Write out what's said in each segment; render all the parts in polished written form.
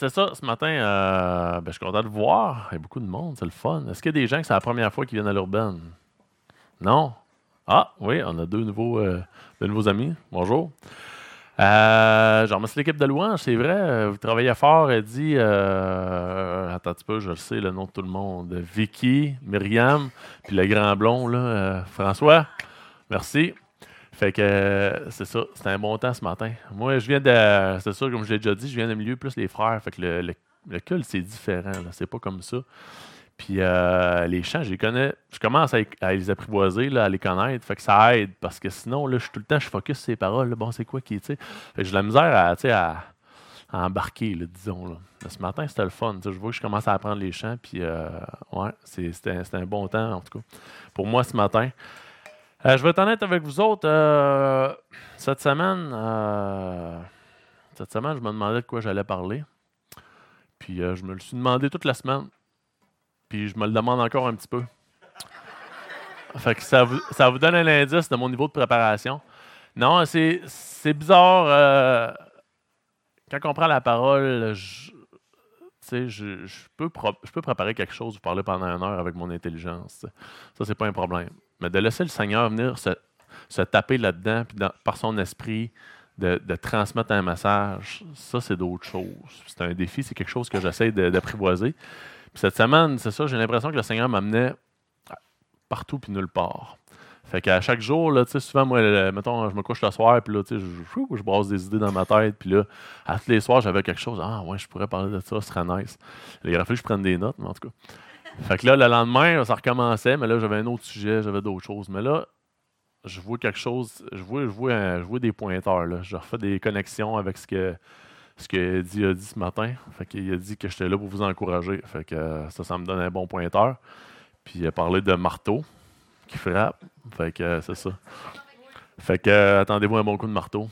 c'est ça. Ce matin, je suis content de vous voir. Il y a beaucoup de monde, c'est le fun. Est-ce qu'il y a des gens que c'est la première fois qu'ils viennent à l'urbaine? Non? Ah, oui, on a deux nouveaux amis. Bonjour. Je remercie l'équipe de louange, c'est vrai. Vous travaillez fort. Elle dit, attends un petit peu, je le sais, le nom de tout le monde. Vicky, Myriam, puis le grand blond, là, François. Merci. Fait que c'est ça, c'était un bon temps ce matin. Moi, c'est ça, comme je l'ai déjà dit, je viens d'un milieu plus les frères. Fait que le culte, c'est différent, là, c'est pas comme ça. Puis les chants, je les connais, je commence à les apprivoiser, là, à les connaître. Fait que ça aide, parce que sinon, là, tout le temps, je focus sur ces paroles. Là, bon, c'est quoi qui est, tu sais. Fait que j'ai de la misère à embarquer, là, disons. Là. Mais ce matin, c'était le fun. Je vois que je commence à apprendre les chants, puis ouais, c'était un bon temps, en tout cas, pour moi ce matin. Je vais être honnête avec vous autres. Cette semaine, je me demandais de quoi j'allais parler. Puis je me le suis demandé toute la semaine. Puis je me le demande encore un petit peu. Fait que ça vous donne un indice de mon niveau de préparation. Non, c'est bizarre. Quand on prend la parole, je peux préparer quelque chose, vous parler pendant 1 heure avec mon intelligence. T'sais. Ça, c'est pas un problème. Mais de laisser le Seigneur venir se taper là-dedans, puis par son esprit, de transmettre un message, ça, c'est d'autres choses. C'est un défi, c'est quelque chose que j'essaie d'apprivoiser. Puis cette semaine, c'est ça, j'ai l'impression que le Seigneur m'amenait partout puis nulle part. Fait qu'à chaque jour, là, souvent, moi, mettons, je me couche le soir, puis là, je brasse des idées dans ma tête, puis là, à tous les soirs, j'avais quelque chose. Ah, ouais, je pourrais parler de ça, ce serait nice. Il aurait fallu que je prenne des notes, mais en tout cas. Fait que là, le lendemain, ça recommençait, mais là, j'avais un autre sujet, j'avais d'autres choses. Mais là, je vois quelque chose, je vois des pointeurs, là. Je refais des connexions avec ce que Eddie a dit ce matin. Fait qu'il a dit que j'étais là pour vous encourager. Fait que ça me donne un bon pointeur. Puis il a parlé de marteau qui frappe. Fait que c'est ça. Fait que attendez-vous un bon coup de marteau.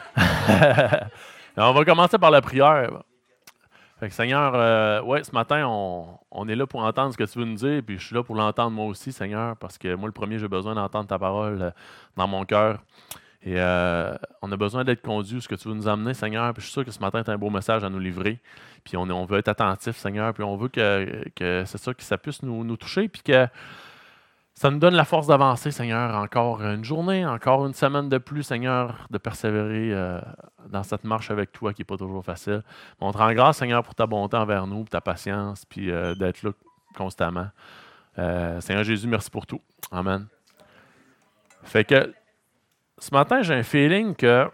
On va commencer par la prière. Fait que Seigneur, ouais, ce matin, on est là pour entendre ce que tu veux nous dire, puis je suis là pour l'entendre moi aussi, Seigneur, parce que moi, le premier, j'ai besoin d'entendre ta parole dans mon cœur. Et on a besoin d'être conduit où ce que tu veux nous amener, Seigneur. Puis je suis sûr que ce matin, tu as un beau message à nous livrer. Puis on veut être attentif, Seigneur. Puis on veut que c'est ça, que ça puisse nous toucher. Puis que ça nous donne la force d'avancer, Seigneur. Encore une journée, encore une semaine de plus, Seigneur, de persévérer dans cette marche avec toi qui n'est pas toujours facile. On te rend grâce, Seigneur, pour ta bonté envers nous, pour ta patience, puis d'être là constamment. Seigneur Jésus, merci pour tout. Amen. Fait que ce matin, j'ai un feeling que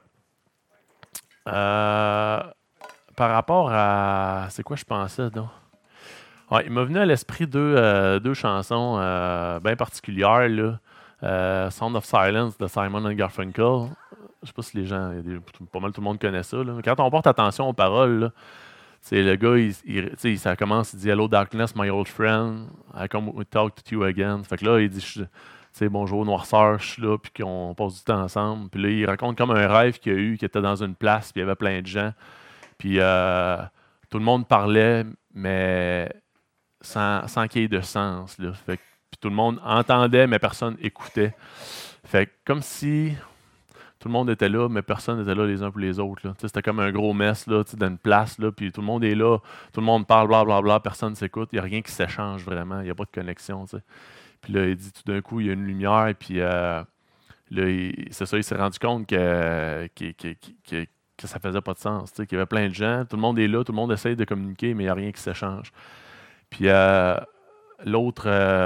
par rapport à... C'est quoi je pensais, là? Ouais, il m'a venu à l'esprit deux chansons bien particulières, là. Sound of Silence de Simon & Garfunkel. Je sais pas si les gens... pas mal tout le monde connaît ça. Là. Quand on porte attention aux paroles, là, le gars, ça commence, il dit « Hello darkness, my old friend. I come to talk to you again. » Fait que là, il dit... bonjour, noirceur, je suis là, puis qu'on passe du temps ensemble. Puis là, il raconte comme un rêve qu'il a eu, qu'il était dans une place, puis il y avait plein de gens. Puis tout le monde parlait, mais sans qu'il y ait de sens. Là. Fait que, puis tout le monde entendait, mais personne écoutait. Fait que, comme si tout le monde était là, mais personne n'était là les uns pour les autres. Là. C'était comme un gros mess là, dans une place, là, puis tout le monde est là, tout le monde parle, blablabla, personne ne s'écoute, il n'y a rien qui s'échange vraiment, il n'y a pas de connexion. T'sais. Puis là, il dit tout d'un coup, il y a une lumière, puis là, c'est ça, il s'est rendu compte que ça faisait pas de sens, qu'il y avait plein de gens, tout le monde est là, tout le monde essaye de communiquer, mais il n'y a rien qui s'échange. Puis l'autre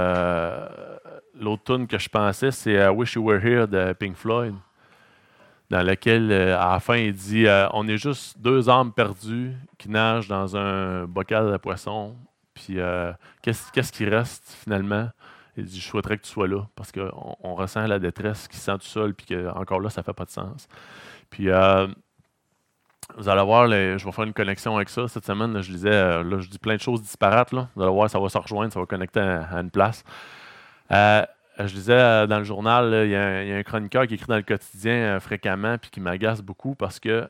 tune que je pensais, c'est I Wish You Were Here de Pink Floyd, dans lequel, à la fin, il dit on est juste deux âmes perdues qui nagent dans un bocal de poisson, puis qu'est-ce qui reste finalement? Il dit, je souhaiterais que tu sois là, parce qu'on ressent la détresse, qu'il se sent tout seul, puis qu'encore là, ça ne fait pas de sens. Puis, vous allez voir, je vais faire une connexion avec ça. Cette semaine, là, je dis plein de choses disparates. Là. Vous allez voir, ça va se rejoindre, ça va connecter à une place. Je disais dans le journal, il y a un chroniqueur qui écrit dans le quotidien fréquemment, puis qui m'agace beaucoup, parce que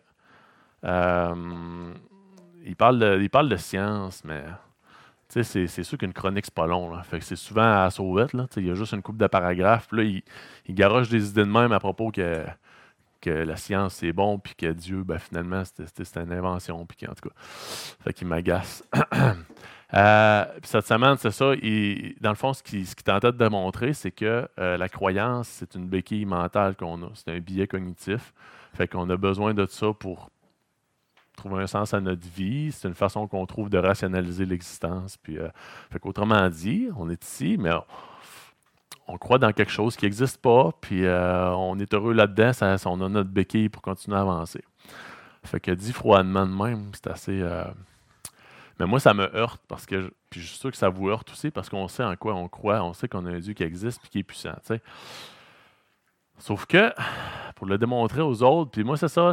il parle de science, mais... C'est sûr qu'une chronique, c'est pas long. Là. Fait que c'est souvent à la sauvette. Il y a juste une couple de paragraphes. Puis là, il garoche des idées de même à propos que que la science, c'est bon, puis que Dieu, ben, finalement, c'était une invention, puis en tout cas, fait qu'il m'agace. Puis cette semaine, c'est ça. Dans le fond, ce qu'il tentait de démontrer, c'est que la croyance, c'est une béquille mentale qu'on a. C'est un biais cognitif. Fait qu'on a besoin de ça pour trouver un sens à notre vie. C'est une façon qu'on trouve de rationaliser l'existence. Puis, fait qu'autrement dit, on est ici, mais on croit dans quelque chose qui n'existe pas, puis on est heureux là-dedans, on a notre béquille pour continuer à avancer. Fait que dit froidement de même, c'est assez... Mais moi, ça me heurte, parce que puis je suis sûr que ça vous heurte aussi, parce qu'on sait en quoi on croit, on sait qu'on a un Dieu qui existe et qui est puissant, tu sais. Sauf que, pour le démontrer aux autres, puis moi, c'est ça,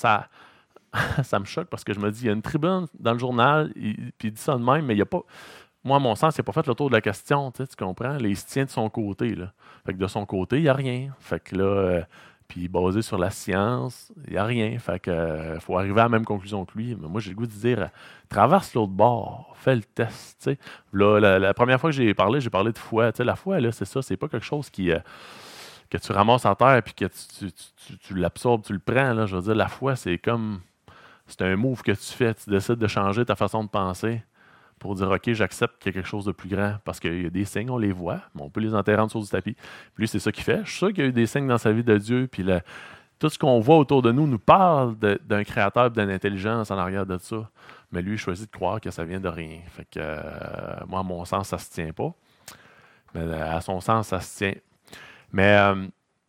ça me choque, parce que je me dis, il y a une tribune dans le journal, puis il dit ça de même, mais il n'y a pas... Moi, à mon sens, il n'a pas fait le tour de la question, tu comprends? Là, il se tient de son côté, là. Fait que de son côté, il n'y a rien. Fait que là, puis basé sur la science, il n'y a rien. Fait que faut arriver à la même conclusion que lui. Mais moi, j'ai le goût de dire, traverse l'autre bord, fais le test, tu sais. Là, la première fois que j'ai parlé de foi. Tu sais, la foi, là, c'est ça, c'est pas quelque chose que tu ramasses à terre puis que tu l'absorbes, tu le prends, là. Je veux dire, la foi, c'est un move que tu fais. Tu décides de changer ta façon de penser pour dire, OK, j'accepte qu'il y a quelque chose de plus grand. Parce qu'il y a des signes, on les voit, mais on peut les enterrer en dessous du tapis. Puis lui, c'est ça qu'il fait. Je suis sûr qu'il y a eu des signes dans sa vie de Dieu. Puis tout ce qu'on voit autour de nous parle d'un créateur et d'une intelligence en arrière de ça. Mais lui, il choisit de croire que ça vient de rien. Fait que, moi, à mon sens, ça se tient pas. Mais à son sens, ça se tient. Mais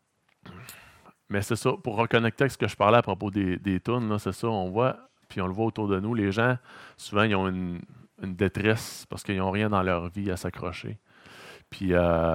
c'est ça, pour reconnecter avec ce que je parlais à propos des tunes, là, c'est ça, on voit, puis on le voit autour de nous, les gens, souvent, ils ont une détresse parce qu'ils n'ont rien dans leur vie à s'accrocher. Puis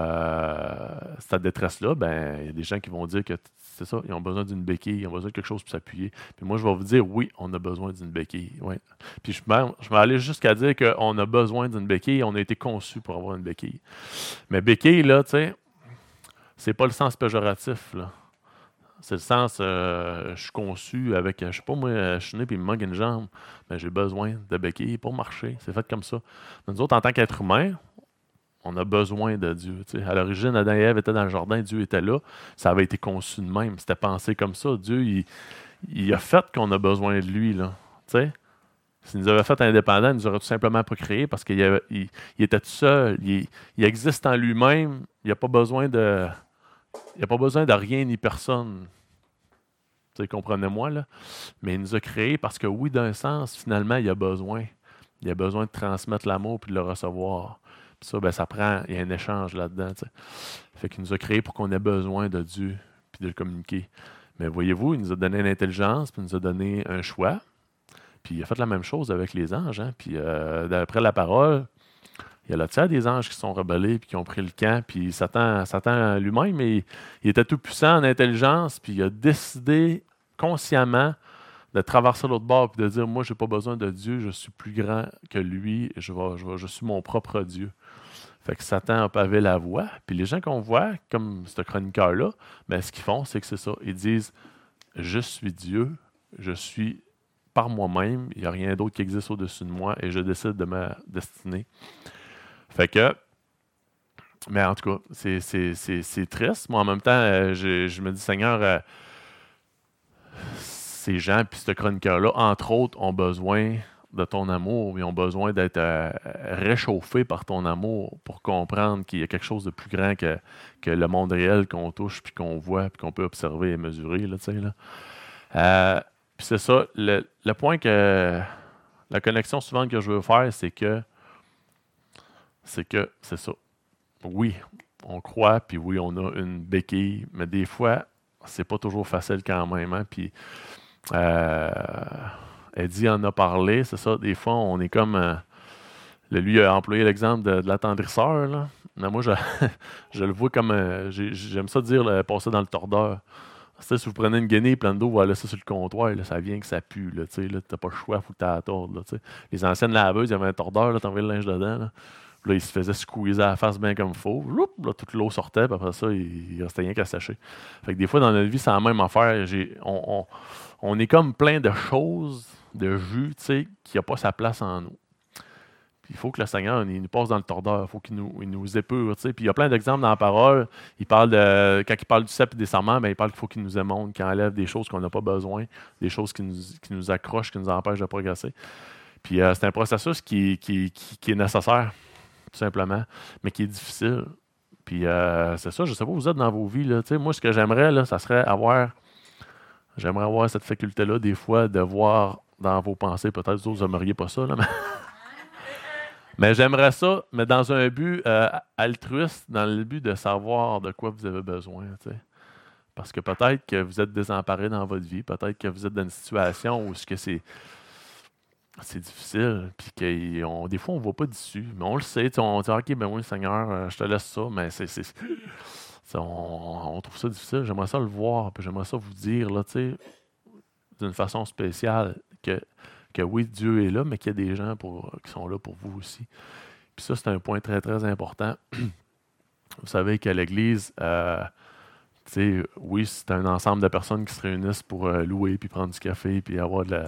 cette détresse-là, ben il y a des gens qui vont dire que c'est ça, ils ont besoin d'une béquille, ils ont besoin de quelque chose pour s'appuyer. Puis moi, je vais vous dire, oui, on a besoin d'une béquille. Oui. Puis je vais aller jusqu'à dire qu'on a besoin d'une béquille, on a été conçu pour avoir une béquille. Mais béquille, là, tu sais, c'est pas le sens péjoratif, là. C'est le sens, je suis conçu avec, je sais pas moi, je suis né puis il me manque une jambe, mais j'ai besoin de béquilles pour marcher. C'est fait comme ça. Mais nous autres, en tant qu'êtres humains, on a besoin de Dieu. T'sais. À l'origine, Adam et Ève étaient dans le jardin, Dieu était là. Ça avait été conçu de même. C'était pensé comme ça. Dieu, il a fait qu'on a besoin de lui. Là. T'sais. S'il nous avait fait indépendants, il nous aurait tout simplement pas créé parce qu'il était tout seul. Il existe en lui-même. Il n'a pas besoin de... Il n'y a pas besoin de rien ni personne. Comprenez-moi, là. Mais il nous a créés parce que, oui, d'un sens, finalement, il a besoin. Il a besoin de transmettre l'amour et de le recevoir. Puis ça, ben, ça prend... Il y a un échange là-dedans. T'sais. Fait qu'il nous a créés pour qu'on ait besoin de Dieu puis de le communiquer. Mais voyez-vous, il nous a donné une intelligence puis il nous a donné un choix. Puis il a fait la même chose avec les anges. Hein? Puis d'après la parole... Il y a le tiers des anges qui sont rebellés et qui ont pris le camp. Puis Satan lui-même, il était tout puissant en intelligence, puis il a décidé consciemment de traverser l'autre bord et de dire, moi, je n'ai pas besoin de Dieu, je suis plus grand que lui, je suis mon propre Dieu. Fait que Satan a pavé la voie. Puis les gens qu'on voit, comme ce chroniqueur-là, ben, ce qu'ils font, c'est que c'est ça. Ils disent, je suis Dieu, je suis par moi-même, il n'y a rien d'autre qui existe au-dessus de moi et je décide de ma destinée. Fait que, mais en tout cas, c'est triste. Moi, en même temps, je me dis, Seigneur, ces gens, puis ce chroniqueur-là, entre autres, ont besoin de ton amour. Ils ont besoin d'être réchauffés par ton amour pour comprendre qu'il y a quelque chose de plus grand que le monde réel qu'on touche, puis qu'on voit, puis qu'on peut observer et mesurer. Là, là. Puis c'est ça, le point que... La connexion suivante que je veux faire, c'est c'est ça. Oui, on croit, puis oui, on a une béquille, mais des fois, c'est pas toujours facile quand même. Hein? Puis, Eddie en a parlé, c'est ça. Des fois, on est comme... lui a employé l'exemple de l'attendrisseur. Là. Mais moi, je le vois comme... j'aime ça dire passer dans le tordeur. Si vous prenez une guenille pleine d'eau, vous la laissez sur le comptoir, là, ça vient que ça pue. Là, t'as pas le choix, il faut que tu la tordes. Là, les anciennes laveuses, il y avait un tordeur, t'envoyais le linge dedans. Là, il se faisait squeezer la face bien comme il faut. Là, toute l'eau sortait, puis après ça, il restait rien qu'à sécher. Fait que des fois, dans notre vie, c'est la même affaire. On est comme plein de choses, de jus, qui n'a pas sa place en nous. Puis il faut que le Seigneur il nous passe dans le tordeur, il faut il nous épure. Tu sais. Puis il y a plein d'exemples dans la parole. Quand il parle du cep et des serments, ben, il parle qu'il faut qu'il nous émonde, qu'il enlève des choses qu'on n'a pas besoin, des choses qui nous accrochent, qui nous empêchent de progresser. Puis c'est un processus qui est nécessaire, tout simplement, mais qui est difficile. Puis c'est ça, je ne sais pas où vous êtes dans vos vies. Là. Tu sais, moi, ce que j'aimerais, là, ça serait j'aimerais avoir cette faculté-là, des fois, de voir dans vos pensées, peut-être vous n'aimeriez pas ça, là, mais j'aimerais ça, mais dans un but altruiste, dans le but de savoir de quoi vous avez besoin. Tu sais. Parce que peut-être que vous êtes désemparé dans votre vie, peut-être que vous êtes dans une situation où c'est difficile, puis des fois, on ne voit pas d'issue, mais on le sait, on dit « OK, ben oui, Seigneur, je te laisse ça », mais on trouve ça difficile. J'aimerais ça le voir, puis j'aimerais ça vous dire, là, d'une façon spéciale, que oui, Dieu est là, mais qu'il y a des gens qui sont là pour vous aussi. Puis ça, c'est un point très, très important. Vous savez qu'à l'Église, oui, c'est un ensemble de personnes qui se réunissent pour louer, puis prendre du café, puis avoir de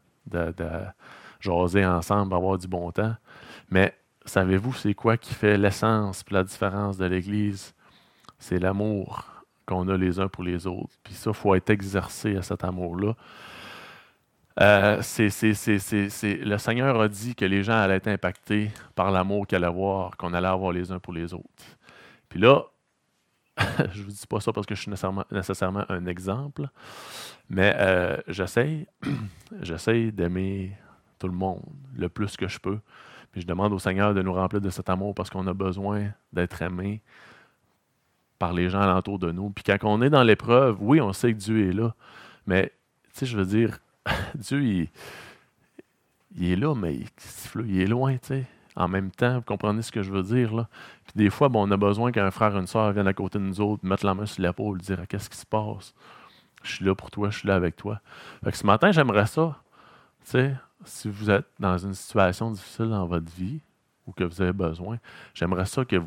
jaser ensemble, avoir du bon temps. Mais savez-vous, c'est quoi qui fait l'essence et la différence de l'Église? C'est l'amour qu'on a les uns pour les autres. Puis ça, il faut être exercé à cet amour-là. Le Seigneur a dit que les gens allaient être impactés par l'amour qu'on allait avoir les uns pour les autres. Puis là, je ne vous dis pas ça parce que je suis nécessairement un exemple, mais j'essaie d'aimer tout le monde le plus que je peux. Puis je demande au Seigneur de nous remplir de cet amour parce qu'on a besoin d'être aimé par les gens alentour de nous. Puis quand on est dans l'épreuve, oui, on sait que Dieu est là, mais tu sais, je veux dire, Dieu, il est là, mais il est loin, tu sais. En même temps, vous comprenez ce que je veux dire, là. Puis des fois, on a besoin qu'un frère ou une soeur vienne à côté de nous autres, mettre la main sur l'épaule, dire « Qu'est-ce qui se passe? Je suis là pour toi, je suis là avec toi. » Fait que ce matin, j'aimerais ça, tu sais, si vous êtes dans une situation difficile dans votre vie ou que vous avez besoin, j'aimerais ça que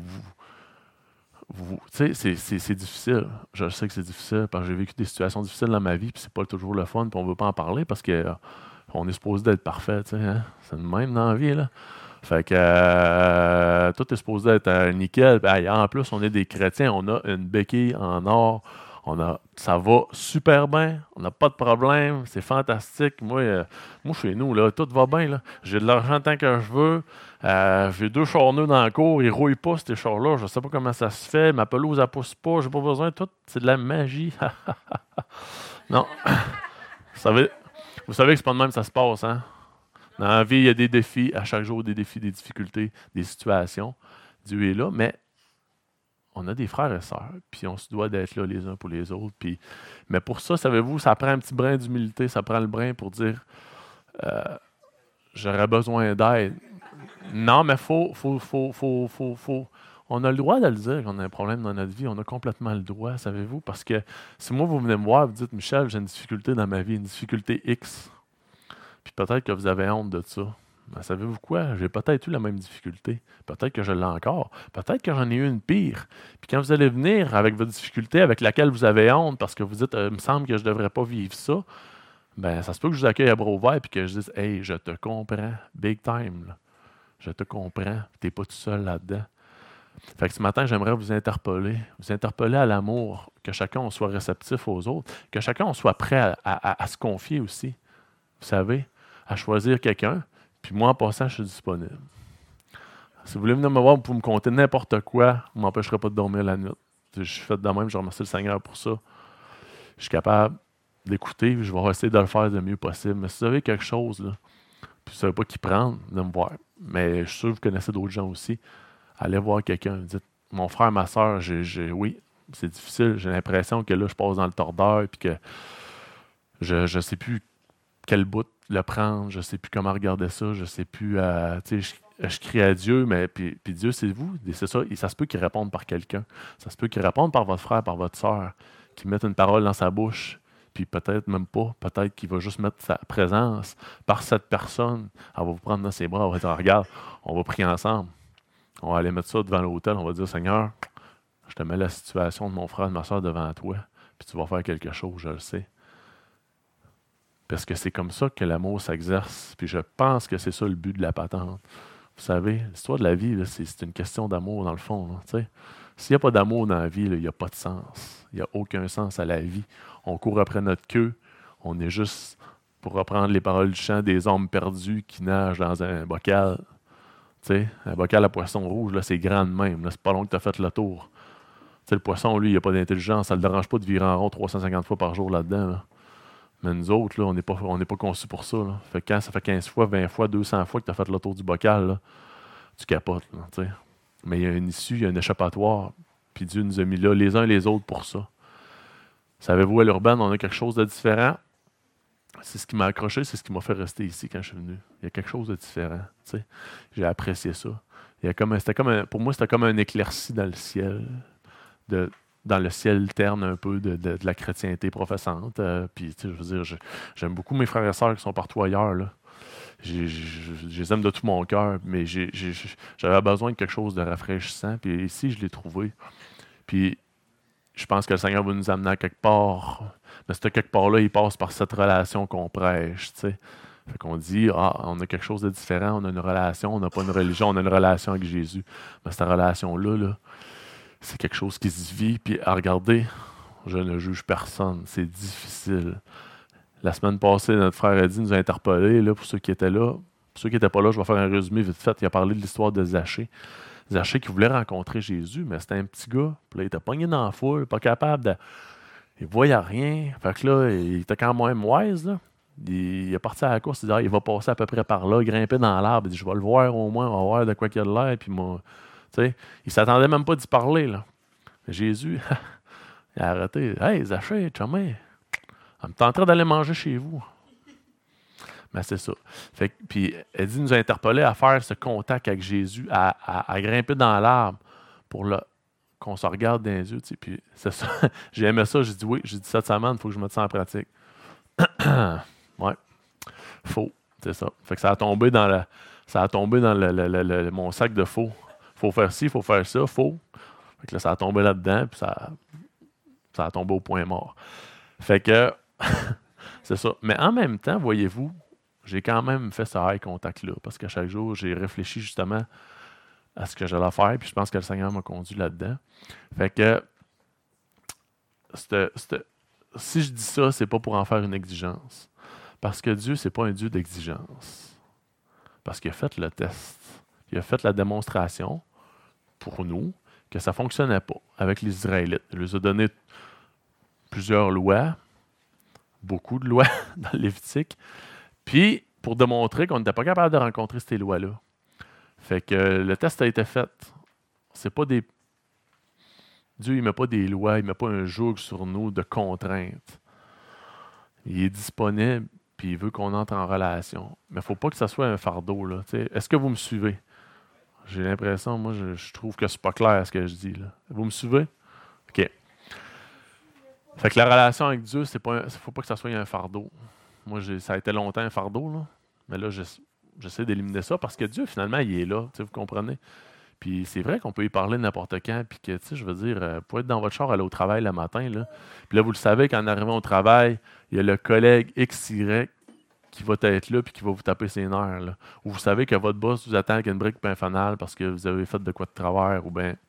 tu sais, c'est difficile. Je sais que c'est difficile parce que j'ai vécu des situations difficiles dans ma vie, puis c'est pas toujours le fun, puis on veut pas en parler parce que on est supposé d'être parfait, tu sais, hein? C'est le même dans la vie, là. Fait que tout est supposé être nickel. Ben, en plus, on est des chrétiens, on a une béquille en or. Ça va super bien, on n'a pas de problème, c'est fantastique. Moi, chez nous, là, tout va bien. Là. J'ai de l'argent tant que je veux. J'ai 2 charneux dans le cours, ils ne rouillent pas ces chars-là. Je ne sais pas comment ça se fait. Ma pelouse, elle ne pousse pas, j'ai pas besoin. Tout, c'est de la magie. Non. Vous savez que c'est pas de même que ça se passe, hein? Dans la vie, il y a des défis, à chaque jour, des défis, des difficultés, des situations. Dieu est là, mais on a des frères et sœurs, puis on se doit d'être là les uns pour les autres. Mais pour ça, savez-vous, ça prend un petit brin d'humilité, ça prend le brin pour dire j'aurais besoin d'aide. Non, mais faut. On a le droit de le dire qu'on a un problème dans notre vie, on a complètement le droit, savez-vous, parce que si moi vous venez me voir, vous dites Michel, j'ai une difficulté dans ma vie, une difficulté X. Puis peut-être que vous avez honte de ça. Ben, savez-vous quoi? J'ai peut-être eu la même difficulté. Peut-être que je l'ai encore. Peut-être que j'en ai eu une pire. Puis quand vous allez venir avec votre difficulté avec laquelle vous avez honte parce que vous dites il me semble que je ne devrais pas vivre ça, ben ça se peut que je vous accueille à bras ouverts et que je dise hey, je te comprends, big time. Là. Je te comprends. Tu n'es pas tout seul là-dedans. Fait que ce matin, j'aimerais vous interpeller à l'amour, que chacun on soit réceptif aux autres, que chacun on soit prêt à se confier aussi. Vous savez? À choisir quelqu'un, puis moi, en passant, je suis disponible. Si vous voulez venir me voir, vous pouvez me conter n'importe quoi, vous ne m'empêcherez pas de dormir la nuit. Je suis fait de même, je remercie le Seigneur pour ça. Je suis capable d'écouter, je vais essayer de le faire le mieux possible. Mais si vous avez quelque chose, là, puis vous ne savez pas qui prendre, de me voir. Mais je suis sûr que vous connaissez d'autres gens aussi. Allez voir quelqu'un, dites, mon frère, ma soeur, oui, c'est difficile, j'ai l'impression que là, je passe dans le tordeur, puis que je ne sais plus quel bout le prendre, je ne sais plus comment regarder ça, je ne sais plus, je crie à Dieu, mais puis Dieu, c'est vous, c'est ça, et ça se peut qu'il réponde par quelqu'un, ça se peut qu'il réponde par votre frère, par votre sœur, qu'il mette une parole dans sa bouche, puis peut-être même pas, peut-être qu'il va juste mettre sa présence par cette personne, elle va vous prendre dans ses bras, elle va dire, regarde, on va prier ensemble, on va aller mettre ça devant l'autel, on va dire, Seigneur, je te mets la situation de mon frère et de ma soeur devant toi, puis tu vas faire quelque chose, je le sais. Parce que c'est comme ça que l'amour s'exerce. Puis je pense que c'est ça le but de la patente. Vous savez, l'histoire de la vie, là, c'est une question d'amour dans le fond. Là, tu sais. S'il n'y a pas d'amour dans la vie, là, il n'y a pas de sens. Il n'y a aucun sens à la vie. On court après notre queue. On est juste, pour reprendre les paroles du chant, des hommes perdus qui nagent dans un bocal. Tu sais, un bocal à poisson rouge, là, c'est grand de même. Là, c'est pas long que tu as fait le tour. Tu sais, le poisson, lui, il n'a pas d'intelligence. Ça ne le dérange pas de virer en rond 350 fois par jour là-dedans. Là. Mais nous autres, là, on n'est pas conçus pour ça. Là. Fait que quand ça fait 15 fois, 20 fois, 200 fois que tu as fait le tour du bocal, là, tu capotes. Là, tu sais. Mais il y a une issue, il y a un échappatoire. Puis Dieu nous a mis là, les uns et les autres, pour ça. Savez-vous, à l'Urban, on a quelque chose de différent. C'est ce qui m'a accroché, c'est ce qui m'a fait rester ici quand je suis venu. Il y a quelque chose de différent. Tu sais. J'ai apprécié ça. Pour moi, c'était comme un éclairci dans le ciel. Dans le ciel terne un peu de la chrétienté professante. Puis, tu sais, je veux dire, j'aime beaucoup mes frères et sœurs qui sont partout ailleurs. Là. Je les aime de tout mon cœur, mais j'avais besoin de quelque chose de rafraîchissant. Puis ici, je l'ai trouvé. Puis, je pense que le Seigneur va nous amener à quelque part. Mais ce quelque part-là, il passe par cette relation qu'on prêche, tu sais. Fait qu'on dit, on a quelque chose de différent, on a une relation, on n'a pas une religion, on a une relation avec Jésus. Mais cette relation-là, là, c'est quelque chose qui se vit. Puis, regardez, je ne juge personne, c'est difficile. La semaine passée, notre frère Eddie nous a interpellés, là, pour ceux qui étaient là. Pour ceux qui n'étaient pas là, je vais faire un résumé vite fait. Il a parlé de l'histoire de Zachée. Zachée qui voulait rencontrer Jésus, mais c'était un petit gars. Puis là, il était pogné dans la foule, pas capable de... Il voyait rien. Fait que là, il était quand même wise, là. Il est parti à la course, il dit il va passer à peu près par là, grimper dans l'arbre. Il dit je vais le voir au moins, on va voir de quoi qu'il a de l'air. Puis moi, tu sais, il s'attendait même pas d'y parler, là. Jésus, il a arrêté. Hey, Zachée, chumé, elle me tenterait d'aller manger chez vous. Mais c'est ça. Fait que, puis Eddie nous a interpellés à faire ce contact avec Jésus, à grimper dans l'arbre pour qu'on se regarde dans les yeux. Tu sais. Puis c'est ça. J'ai aimé ça. J'ai dit oui. J'ai dit cette semaine, il faut que je mette ça en pratique. Ouais. Faux. C'est ça. Fait que ça a tombé dans mon sac de faux. Faut faire ci, faut faire ça, faux. Fait que là, ça a tombé là-dedans, puis ça a tombé au point mort. Fait que c'est ça. Mais en même temps, voyez-vous, j'ai quand même fait ce high contact-là, parce qu'à chaque jour, j'ai réfléchi justement à ce que j'allais faire, puis je pense que le Seigneur m'a conduit là-dedans. Fait que, si je dis ça, c'est pas pour en faire une exigence. Parce que Dieu, c'est pas un Dieu d'exigence. Parce qu'il a fait le test. Il a fait la démonstration, pour nous, que ça ne fonctionnait pas avec les Israélites. Il leur a donné plusieurs lois, beaucoup de lois dans le Lévitique, puis pour démontrer qu'on n'était pas capable de rencontrer ces lois-là. Fait que le test a été fait. C'est pas des... Dieu, il ne met pas des lois, il ne met pas un joug sur nous de contraintes. Il est disponible, puis il veut qu'on entre en relation. Mais il ne faut pas que ça soit un fardeau. Là, est-ce que vous me suivez? J'ai l'impression, moi, je trouve que c'est pas clair ce que je dis. Là. Vous me suivez? OK. Fait que la relation avec Dieu, faut pas que ça soit un fardeau. Moi, ça a été longtemps un fardeau, là. Mais là, j'essaie d'éliminer ça parce que Dieu, finalement, il est là. Vous comprenez? Puis c'est vrai qu'on peut y parler n'importe quand. Puis que, je veux dire, vous pouvez être dans votre char, aller au travail le matin. Là. Puis là, vous le savez, qu'en arrivant au travail, il y a le collègue XY qui va être là puis qui va vous taper ses nerfs. Là. Ou vous savez que votre boss vous attend avec une brique pain fanal parce que vous avez fait de quoi de travers ou bien.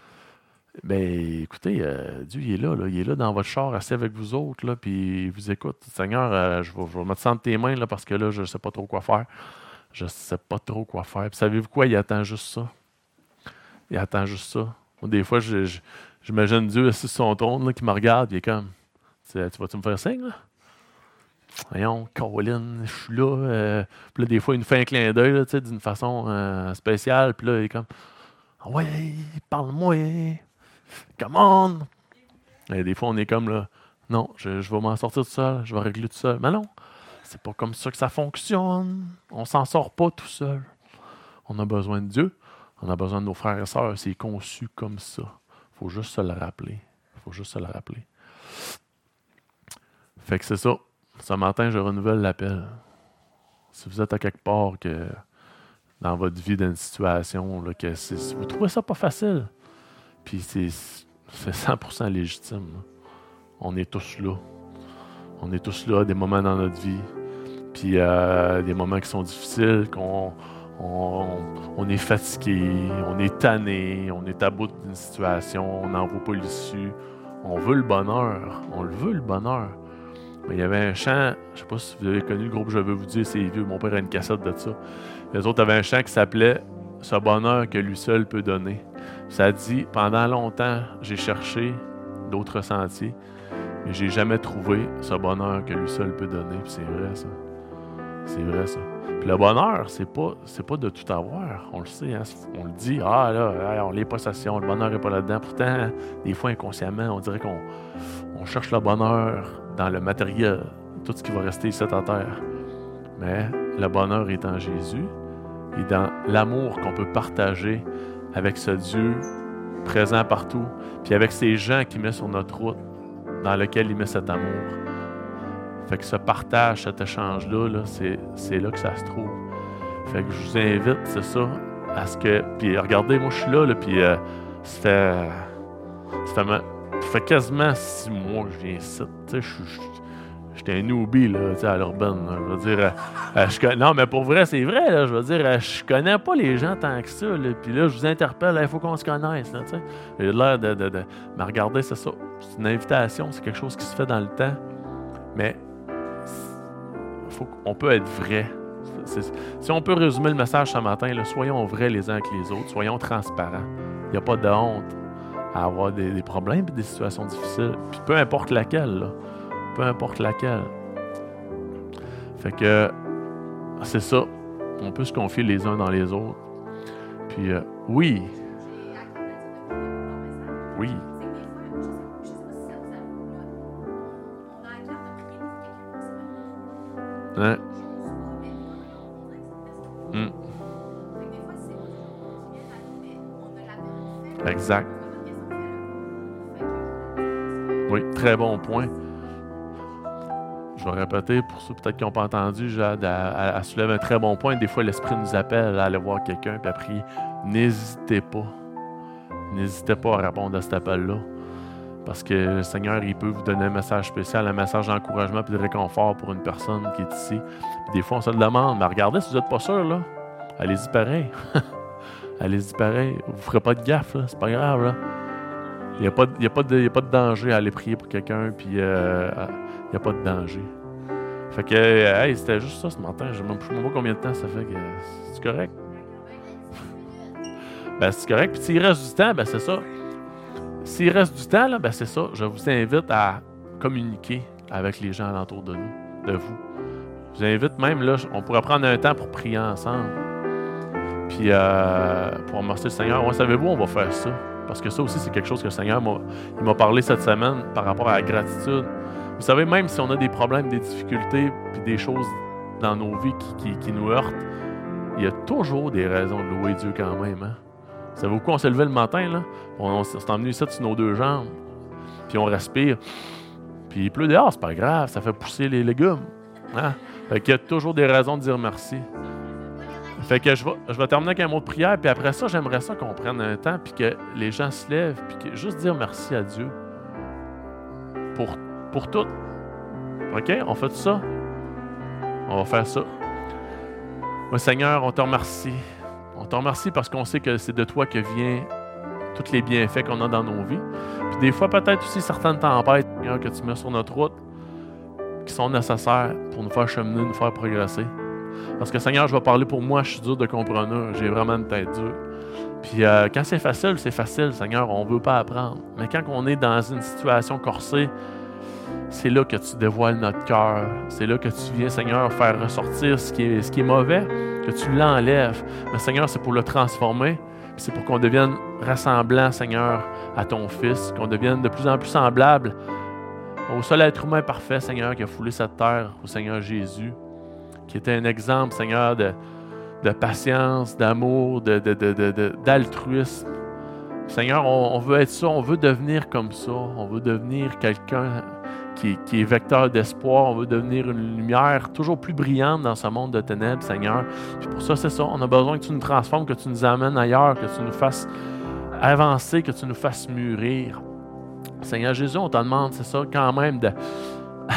Ben, écoutez, Dieu, il est là, il est là dans votre char, assis avec vous autres, là, puis il vous écoute. Seigneur, je vais mettre ça entre tes mains, là, parce que là, je ne sais pas trop quoi faire. Je ne sais pas trop quoi faire. Puis savez-vous quoi? Il attend juste ça. Il attend juste ça. Moi, des fois, j'imagine Dieu assis sur son trône, là, qui me regarde, puis il est comme, tu vas-tu me faire signe, là? Voyons, Colin, je suis là. Puis là, des fois, il nous fait un clin d'œil, là, d'une façon spéciale, puis là, il est comme, ah ouais, parle-moi. Come on! Et des fois, on est comme là, non, je vais m'en sortir tout seul, je vais régler tout seul. Mais non, c'est pas comme ça que ça fonctionne. On s'en sort pas tout seul. On a besoin de Dieu, on a besoin de nos frères et sœurs. C'est conçu comme ça. Il faut juste se le rappeler. Fait que c'est ça. Ce matin, je renouvelle l'appel. Si vous êtes à quelque part que dans votre vie, dans une situation, là, vous trouvez ça pas facile, puis c'est 100% légitime. Là. On est tous là. On est tous là, des moments dans notre vie. Puis des moments qui sont difficiles, qu'on on est fatigué, on est tanné, on est à bout d'une situation, on n'en voit pas l'issue. On veut le bonheur, on le veut le bonheur. Mais il y avait un chant, je ne sais pas si vous avez connu le groupe Je veux vous dire, c'est vieux, mon père a une cassette de ça. Les autres avaient un chant qui s'appelait « Ce bonheur que lui seul peut donner ». Ça dit « Pendant longtemps, j'ai cherché d'autres sentiers, mais j'ai jamais trouvé ce bonheur que lui seul peut donner. » Puis c'est vrai, ça. C'est vrai, ça. Puis le bonheur, c'est pas de tout avoir. On le sait, hein? On le dit, ah là, on les possessions, le bonheur n'est pas là-dedans. Pourtant, des fois, inconsciemment, on dirait qu'on cherche le bonheur dans le matériel, tout ce qui va rester ici à terre. Mais le bonheur est en Jésus et dans l'amour qu'on peut partager avec ce Dieu présent partout, puis avec ces gens qu'il met sur notre route, dans lequel il met cet amour. Fait que ce partage, cet échange-là, là, c'est là que ça se trouve. Fait que je vous invite, c'est ça, à ce que... Puis regardez, moi je suis là, puis ça fait quasiment 6 mois que je viens ici. Tu sais, j'étais un newbie, là, tu sais, à l'urbaine. Je veux dire, non, mais pour vrai, c'est vrai, là, je veux dire, je connais pas les gens tant que ça, là, puis là, je vous interpelle, il faut qu'on se connaisse, là, tu sais. J'ai l'air de... Mais regardez, c'est ça, c'est une invitation, c'est quelque chose qui se fait dans le temps, mais on peut être vrai. Si on peut résumer le message ce matin, là, soyons vrais les uns avec les autres, soyons transparents. Il n'y a pas de honte à avoir des problèmes et des situations difficiles. Puis peu importe laquelle, là. Peu importe laquelle. Fait que c'est ça. On peut se confier les uns dans les autres. Puis oui. Oui. Hein? Exact. Oui, très bon point. Je vais répéter pour ceux peut-être qui n'ont pas entendu, elle soulève un très bon point. Des fois, l'Esprit nous appelle à aller voir quelqu'un et à prier. N'hésitez pas. N'hésitez pas à répondre à cet appel-là. Parce que le Seigneur, il peut vous donner un message spécial, un message d'encouragement et de réconfort pour une personne qui est ici. Puis des fois, on se le demande. Mais regardez, si vous n'êtes pas sûr, là, allez-y pareil. Allez-y pareil. Vous ne ferez pas de gaffe, là. C'est pas grave, là. Il n'y a pas de danger à aller prier pour quelqu'un, puis il n'y a pas de danger. Fait que, hey, c'était juste ça ce matin. Je ne sais même pas combien de temps ça fait. C'est correct? Ben, c'est correct. Puis s'il reste du temps, ben c'est ça. S'il reste du temps, là, ben c'est ça. Je vous invite à communiquer avec les gens alentour de nous, de vous. Je vous invite même, là, on pourrait prendre un temps pour prier ensemble. Puis pour remercier le Seigneur. Ouais, savez-vous, on va faire ça. Parce que ça aussi, c'est quelque chose que le Seigneur m'a parlé cette semaine par rapport à la gratitude. Vous savez, même si on a des problèmes, des difficultés, puis des choses dans nos vies qui nous heurtent, il y a toujours des raisons de louer Dieu quand même. Hein? Savez-vous quoi? On s'est levé le matin, là, on s'est emmené ici sur nos 2 jambes, puis on respire. Puis il pleut dehors, c'est pas grave, ça fait pousser les légumes. Hein? Fait qu'il y a toujours des raisons de dire merci. Fait que je vais terminer avec un mot de prière, puis après ça, j'aimerais ça qu'on prenne un temps, puis que les gens se lèvent, puis que juste dire merci à Dieu pour tout. OK? On fait ça? On va faire ça. Oui, Seigneur, on te remercie. On te remercie parce qu'on sait que c'est de toi que viennent tous les bienfaits qu'on a dans nos vies. Puis des fois, peut-être aussi certaines tempêtes, Seigneur, que tu mets sur notre route, qui sont nécessaires pour nous faire cheminer, nous faire progresser. Parce que, Seigneur, je vais parler pour moi, je suis dur de comprendre. J'ai vraiment une tête dure. Puis quand c'est facile, Seigneur, on ne veut pas apprendre. Mais quand on est dans une situation corsée, c'est là que tu dévoiles notre cœur. C'est là que tu viens, Seigneur, faire ressortir ce qui est mauvais, que tu l'enlèves. Mais, Seigneur, c'est pour le transformer. Puis c'est pour qu'on devienne ressemblant, Seigneur, à ton Fils, qu'on devienne de plus en plus semblable au seul être humain parfait, Seigneur, qui a foulé cette terre, au Seigneur Jésus, qui était un exemple, Seigneur, de patience, d'amour, d'altruisme. Seigneur, on veut être ça, on veut devenir comme ça, on veut devenir quelqu'un qui est vecteur d'espoir, on veut devenir une lumière toujours plus brillante dans ce monde de ténèbres, Seigneur. Puis pour ça, c'est ça, on a besoin que tu nous transformes, que tu nous amènes ailleurs, que tu nous fasses avancer, que tu nous fasses mûrir. Seigneur Jésus, on te demande, c'est ça, quand même,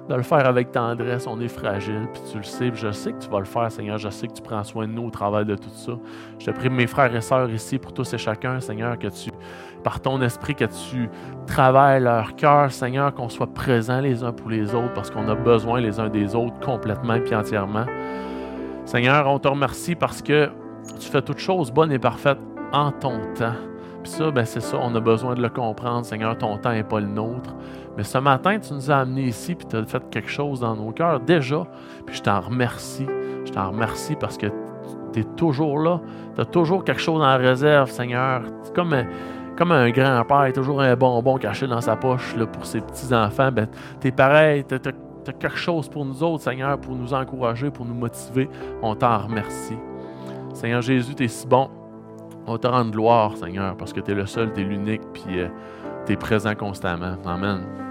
de le faire avec tendresse. On est fragile, puis tu le sais, puis je sais que tu vas le faire, Seigneur. Je sais que tu prends soin de nous au travers de tout ça. Je te prie, mes frères et sœurs ici, pour tous et chacun, Seigneur, que tu, par ton esprit, que tu travailles leur cœur, Seigneur, qu'on soit présents les uns pour les autres, parce qu'on a besoin les uns des autres complètement et entièrement. Seigneur, on te remercie parce que tu fais toutes choses bonnes et parfaites en ton temps. Puis ça, ben c'est ça, on a besoin de le comprendre. Seigneur, ton temps n'est pas le nôtre. Mais ce matin, tu nous as amenés ici, puis tu as fait quelque chose dans nos cœurs déjà. Puis je t'en remercie. Je t'en remercie parce que tu es toujours là. Tu as toujours quelque chose en réserve, Seigneur. C'est comme un grand-père, toujours un bonbon caché dans sa poche là, pour ses petits-enfants. Ben, tu es pareil, tu as quelque chose pour nous autres, Seigneur, pour nous encourager, pour nous motiver. On t'en remercie. Seigneur Jésus, tu es si bon. On te rend gloire, Seigneur, parce que tu es le seul, tu es l'unique, puis tu es présent constamment. Amen.